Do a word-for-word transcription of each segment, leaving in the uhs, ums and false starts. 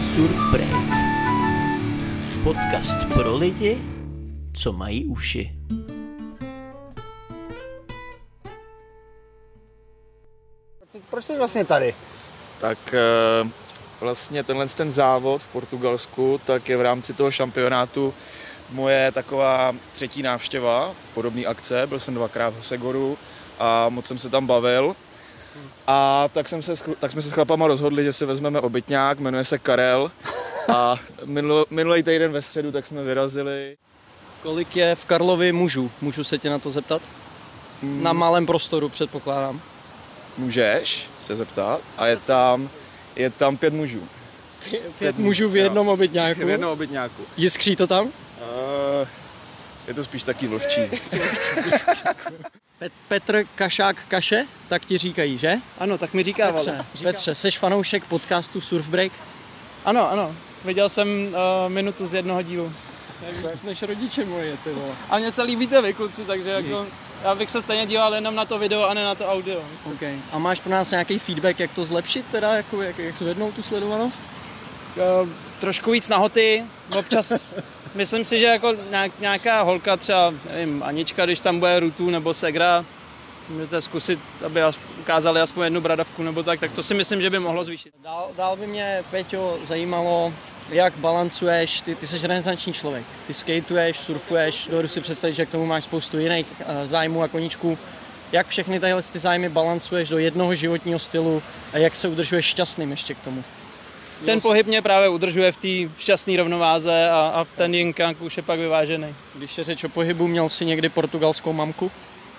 Surf Break. Podcast pro lidi, co mají uši. Proč jsi vlastně tady? Tak vlastně tenhle ten závod v Portugalsku tak je v rámci toho šampionátu moje taková třetí návštěva podobné akce. Byl jsem dvakrát v Hosegoru a moc jsem se tam bavil. A tak, jsem se, tak jsme se s chlapama rozhodli, že si vezmeme obytňák, jmenuje se Karel. A minulo, minulý týden ve středu tak jsme vyrazili. Kolik je v Karlovi mužů? Můžu se tě na to zeptat? Hmm. Na malém prostoru předpokládám. Můžeš se zeptat. A je tam, je tam pět mužů. Pět, pět mužů v jednom jo. obytňáku? V jednom obytňáku. Jiskří to tam? Uh, je to spíš taky vlhčí. Pet, Petr Kašák Kaše, tak ti říkají, že? Ano, tak mi říká. Petře, Petře, seš fanoušek podcastu Surf Break? Ano, ano. Viděl jsem uh, minutu z jednoho dílu. Víc než rodiče moje, ty vole. A mně se líbíte vy, kluci, takže jako, já bych se stejně díval jenom na to video a ne na to audio. Okay. A máš pro nás nějaký feedback, jak to zlepšit teda, jako, jak, jak zvednout tu sledovanost? Uh, trošku víc nahoty, občas. Myslím si, že jako nějaká holka, třeba nevím, Anička, když tam bude Rutu nebo Segra, můžete zkusit, aby ukázali aspoň jednu bradavku nebo tak, tak to si myslím, že by mohlo zvýšit. Dál, dál by mě, Peťo, zajímalo, jak balancuješ, ty, ty jsi renesanční člověk, ty skateuješ, surfuješ, dovedu si představit, že k tomu máš spoustu jiných uh, zájmů a koníčků. Jak všechny tyhle ty zájmy balancuješ do jednoho životního stylu a jak se udržuješ šťastným ještě k tomu? Ten pohyb mě právě udržuje v té šťastné rovnováze a, a v ten yin-yang už je pak vyvážený. Když je řeč o pohybu, měl jsi někdy portugalskou mamku?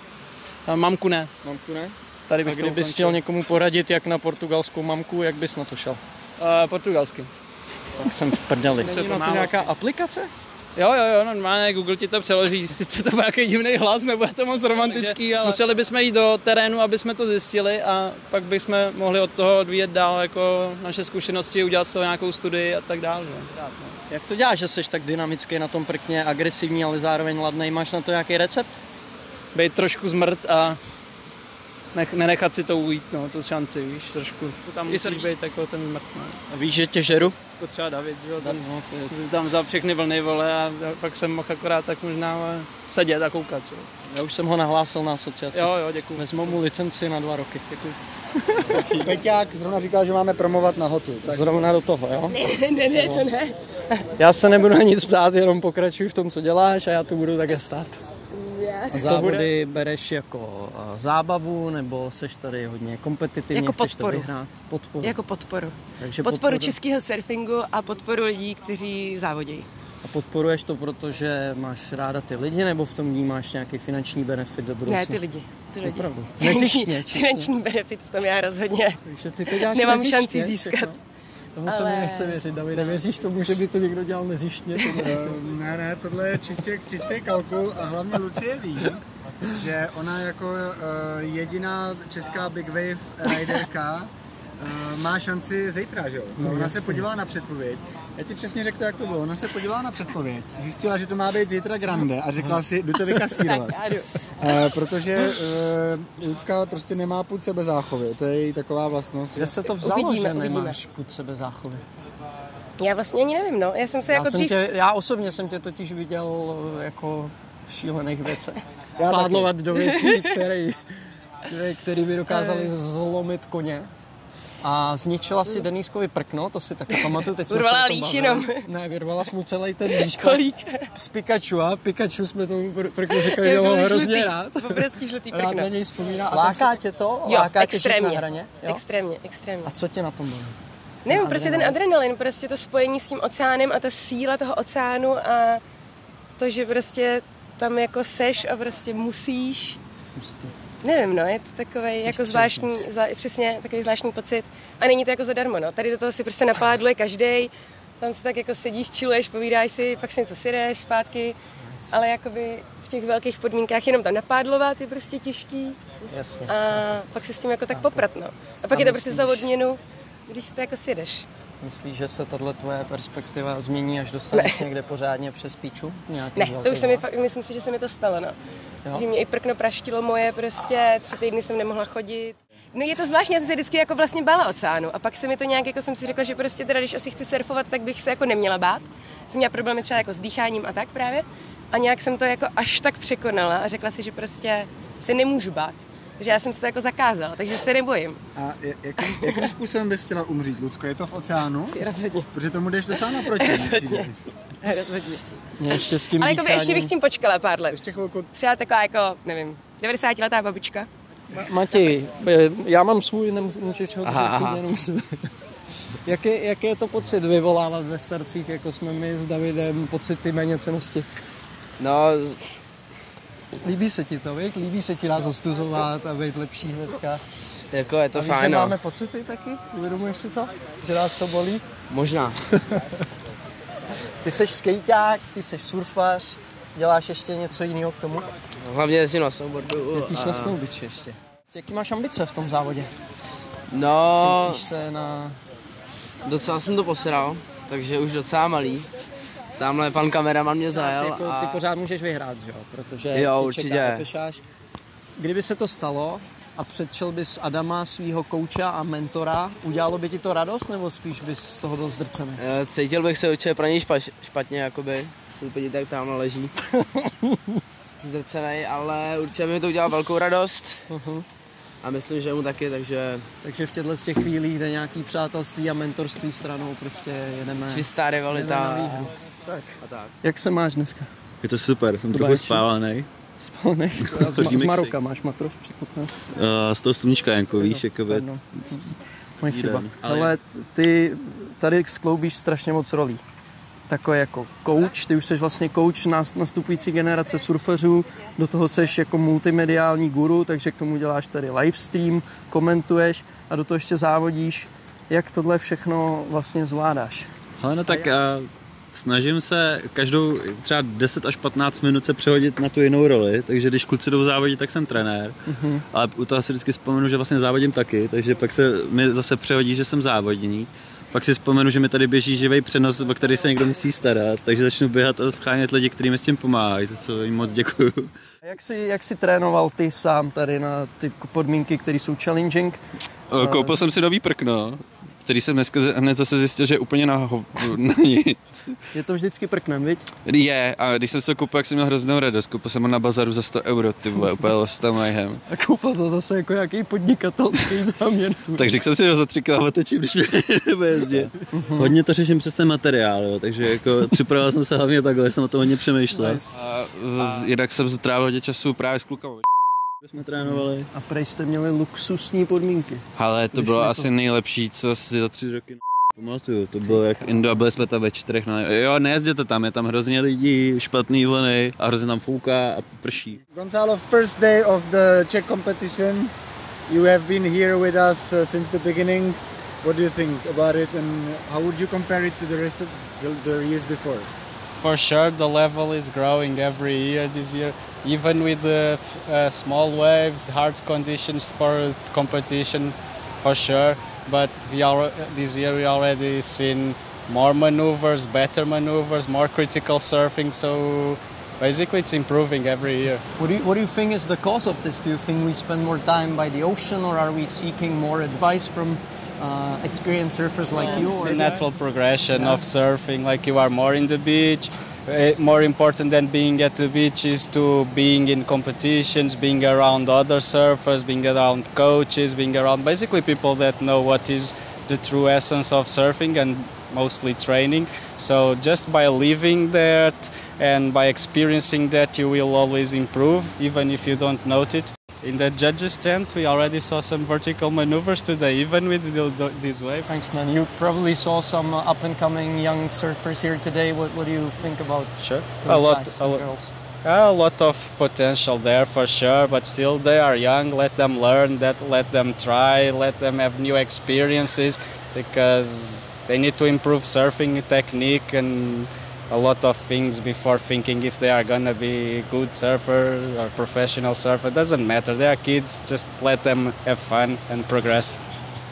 A mamku ne. Mamku ne? Tady bych a kdybys chtěl někomu poradit, jak na portugalskou mamku, jak bys na to šel? Uh, portugalsky. Tak jsem v prdeli. Není na to nějaká aplikace? Jo, jo, jo, normálně Google ti to přeloží, sice to byl nějaký divný hlas, nebo je to moc romantický, ale museli bychom jít do terénu, aby jsme to zjistili a pak bychom mohli od toho odvíjet dál jako naše zkušenosti, udělat z toho nějakou studii a tak dále. Jak to děláš, že jsi tak dynamický na tom prkně, agresivní, ale zároveň ladnej, máš na to nějaký recept? Být trošku zmrt a nech, nenechat si to ujít, no, tu šanci, víš, trošku. Tam musíš být jako ten zmrt, no. A víš, že tě žeru? Jako třeba David, že jo, ten no, tam vzal všechny vlny, vole, a pak jsem mohl akorát tak možná sedět a koukat, jo. Já už jsem ho nahlásil na asociaci. Jo, jo, děkuju. Vezmu mu licenci na dva roky. Děkuju. Peťák zrovna říkal, že máme promovat na hotu. Tak... Zrovna do toho, jo? Ne, ne, ne, to ne. Já se nebudu na nic ptát, jenom pokračuj v tom, co děláš a já tu budu také stát. A závody bereš jako zábavu, nebo seš tady hodně kompetitivní, jako chceš to podporu. vyhrát? Podporu. Jako podporu. Takže podporu podporu českého surfingu a podporu lidí, kteří závodí. A podporuješ to, protože máš ráda ty lidi, nebo v tom vnímáš nějaký finanční benefit do budoucna? Ne, ty lidi. Ty lidi. Opravdu. Nezištně, finanční benefit v tom já rozhodně takže ty to děláš nemám nezištně, šanci získat. Všechno. Tomu ale... se mi nechce věřit, Davide. Věříš tomu, že by to někdo dělal nezištně? ne, ne, tohle je čistě, čistý kalkul a hlavně Lucie ví, že ona jako uh, jediná česká Big Wave riderka uh, má šanci zítra, že jo? No, ona jasný. Se podívala na předpověď. Já ti přesně řeknu, jak to bylo. Ona se podívala na předpověď, zjistila, že to má být zítra grande a řekla si, jdu to vykasírovat. Tak, já jdu. Uh, protože uh, Lucka prostě nemá pud sebezáchovy, to je její taková vlastnost. Kde se to vzalo, uvidíme, že uvidíme. nemáš pud sebezáchovy? Já vlastně ani nevím, no. Já jsem se já jako jsem dřív... Tě, já osobně jsem tě totiž viděl jako v šílených věcech. Já Pádlovat taky. Do věcí, které, které, které by dokázaly zlomit koně. A zničila si Denískovi prkno, to si taky pamatuju. Teď urvala líčinou. Ne, vyrvala jsi mu celý ten líč. Kolík. Z Pikachu a Pikachu jsme tomu prknu říkali, že ho hrozně rád. Obrovský žlutý prkno. Rád na něj vzpomíná. Láká tě to? Jo, Láká extrémně. Tě na hraně? Jo? Extrémně, extrémně. A co tě na tom baví? Nevím, prostě ten adrenalin, prostě to spojení s tím oceánem a ta síla toho oceánu a to, že prostě tam jako seš a prostě musíš. Pustý. Nevím, no, je to takovej jako zvláštní, zvlá, přesně takový zvláštní pocit. A není to jako zadarmo, no. Tady do toho si prostě napádluje každej. Tam si tak jako sedíš, chilluješ, povídáš si, pak si něco si jdeš zpátky. Ale jakoby v těch velkých podmínkách jenom tam napádlovat je prostě těžký. Jasně. A pak si s tím jako tak poprat, no. A pak a je to prostě za odměnu, když si to jako sjedeš. Myslíš, že se tato tvoje perspektiva změní, až dostaneš ne. někde pořádně přes píču? Ne, to už se mi fakt, myslím si, že se mi to stalo, no. Jo. Že mě i prkno praštilo moje, prostě tři týdny jsem nemohla chodit. No je to zvláštní, já jsem se vždycky jako vlastně bála oceánu a pak se mi to nějak, jako jsem si řekla, že prostě teda, když asi chci surfovat, tak bych se jako neměla bát. Jsem měla problémy třeba jako s dýcháním a tak právě. A nějak jsem to jako až tak překonala a řekla si, že prostě se nemůžu bát. Takže já jsem si to jako zakázala, takže se nebojím. A jakým, jakým způsobem bys chtěla umřít, Lucko? Je to v oceánu? Rozhodně. Protože tomu jdeš docela naproti. Rozhodně. Rozhodně. Ještě s tím Ale jako ještě bych s tím počkala pár let. Ještě chvilku. Třeba taková jako, nevím, devadesátiletá babička. Matěj, já mám svůj, nemůžeš ho říct jenom sebe. Jak je, jak je to pocit vyvolávat ve starcích, jako jsme my s Davidem, pocity méněcennosti? No, líbí se ti to, víš? Líbí se ti nás ostuzovat a být lepší hnedka. jako je to a víš, fajn, že no. máme pocity taky? Uvědomuješ si to? Že nás to bolí? Možná. Ty seš skejťák, ty seš surfař, děláš ještě něco jiného k tomu? Hlavně jezdím na snowboardu. Jezdíš a... na snowbiči ještě. Jaký máš ambice v tom závodě? No, Cítíš se na... docela jsem to posral, takže už docela malý. Tamhle pan kameraman mě zajel Jako, a... Ty pořád můžeš vyhrát, že jo? Protože Jo, tě určitě. čeká repešáž. Kdyby se to stalo a předčil bys Adama, svýho kouča a mentora, udělalo by ti to radost, nebo spíš bys z toho byl zdrcený? Eh, Cítil bych se určitě pro něj špa- špatně, jakoby. Se podívejte, jak tamhle leží. Zdrcenej, ale určitě mi to udělalo velkou radost. Uh-huh. A myslím, že mu taky, takže... Takže v těchto z těch chvílích, kde nějaký přátelství a mentorství stranou prostě jedeme... Čistá rivalita. Jedeme na výhru. Tak. A tak. Jak se máš dneska? Je to super, jsem To trochu báječný. spávaný. Spolnek. Z, ma- z Maroka máš matrov, předpokládám. Uh, z toho sluníčka, Janko, víš, jako by... Pardon. Moje chyba. den, ale- Ale ty tady skloubíš strašně moc rolí. Takový jako coach, ty už jsi vlastně coach nastupující generace surfařů, do toho seš jako multimediální guru, takže k tomu děláš tady livestream, komentuješ a do toho ještě závodíš. Jak tohle všechno vlastně zvládáš? Ale no tak uh, snažím se každou třeba deset až patnáct minut se přehodit na tu jinou roli, takže když kluci jdou závodit, tak jsem trenér, Mhm. ale u toho si vždycky vzpomenu, že vlastně závodím taky, takže pak se mi zase přehodí, že jsem závodník. Pak si vzpomenu, že mi tady běží živý přenos, o který se někdo musí starat, takže začnu běhat a schánět lidi, kteří mi s tím pomáhají, za co jim moc děkuju. A Jak jsi, jak jsi trénoval ty sám tady na ty podmínky, které jsou challenging? Koupil jsem si nový prkno, který jsem dneska hned zase zjistil, že je úplně na, ho, na nic. Je to vždycky prknem, viď? Je, a když jsem se to koupil, jak jsem měl hroznou radost, koupil jsem ho na bazaru za sto euro, ty vole, úplně losta majhem. A koupil to zase jako nějaký podnikatelský záměr. Tak řekl jsem si, že za tři kila otočím, když mě nebo jezdit. Hodně to řeším přes ten materiál, jo, takže jako připravil jsem se hlavně takhle, jsem o tom hodně přemýšlel. Nice. A, a jinak jsem trávil hodně času právě s klukama. Jsme trénovali. A prej jste měli luxusní podmínky. Ale to Když bylo mi to- asi nejlepší, co si za tři roky pamatuju. To bylo jak Indo a byli jsme tam ve čtyřech. Na... Jo, nejezděte tam, je tam hrozně lidí, špatný vlny a hrozně tam fouká a prší. Gonzalo, first day of the Czech competition. You have been here with us uh, since the beginning. What do you think about it, and how would you compare it to the rest of the, the years before? For sure, the level is growing every year this year, even with the f- uh, small waves, hard conditions for competition, for sure. But we are, this year we already seen more maneuvers, better maneuvers, more critical surfing. So basically, it's improving every year. What do, you, what do you think is the cause of this? Do you think we spend more time by the ocean, or are we seeking more advice from uh, experienced surfers like you? It's or- the natural progression Yeah. of surfing. Like you are more in the beach. Uh, more important than being at the beach is to being in competitions, being around other surfers, being around coaches, being around basically people that know what is the true essence of surfing and mostly training. So just by living that and by experiencing that, you will always improve, even if you don't note it. In the judges' tent, we already saw some vertical maneuvers today, even with the, the, these waves. Thanks, man. You probably saw some uh, up-and-coming young surfers here today. What, what do you think about Sure. those A lot, guys a and lot. girls? A lot of potential there for sure, but still they are young. Let them learn that, let them try, let them have new experiences, because they need to improve surfing technique and a lot of things before thinking if they are gonna be good surfer or professional surfer. Doesn't matter, they are kids, just let them have fun and progress.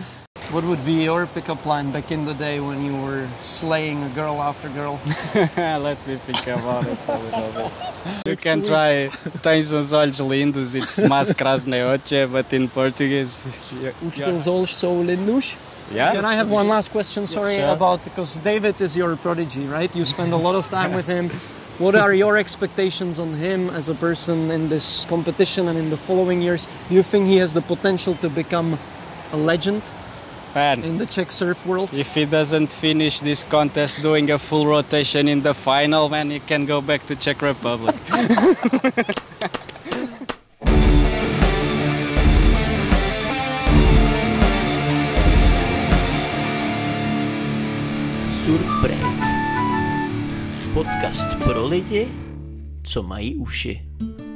What would be your pickup line back in the day when you were slaying a girl after girl? Let me think about it a little bit. You can try Tens os olhos lindos, it's más krasne oči, but in Portuguese... Os teus olhos são lindos? Yeah. Can I have one last question, sorry, Sure. about, because David is your prodigy, right? You spend a lot of time with him. What are your expectations on him as a person in this competition and in the following years? Do you think he has the potential to become a legend Man, in the Czech surf world? if he doesn't finish this contest doing a full rotation in the final, man, he can go back to Czech Republic. Surf Break. Podcast pro lidi, co mají uši.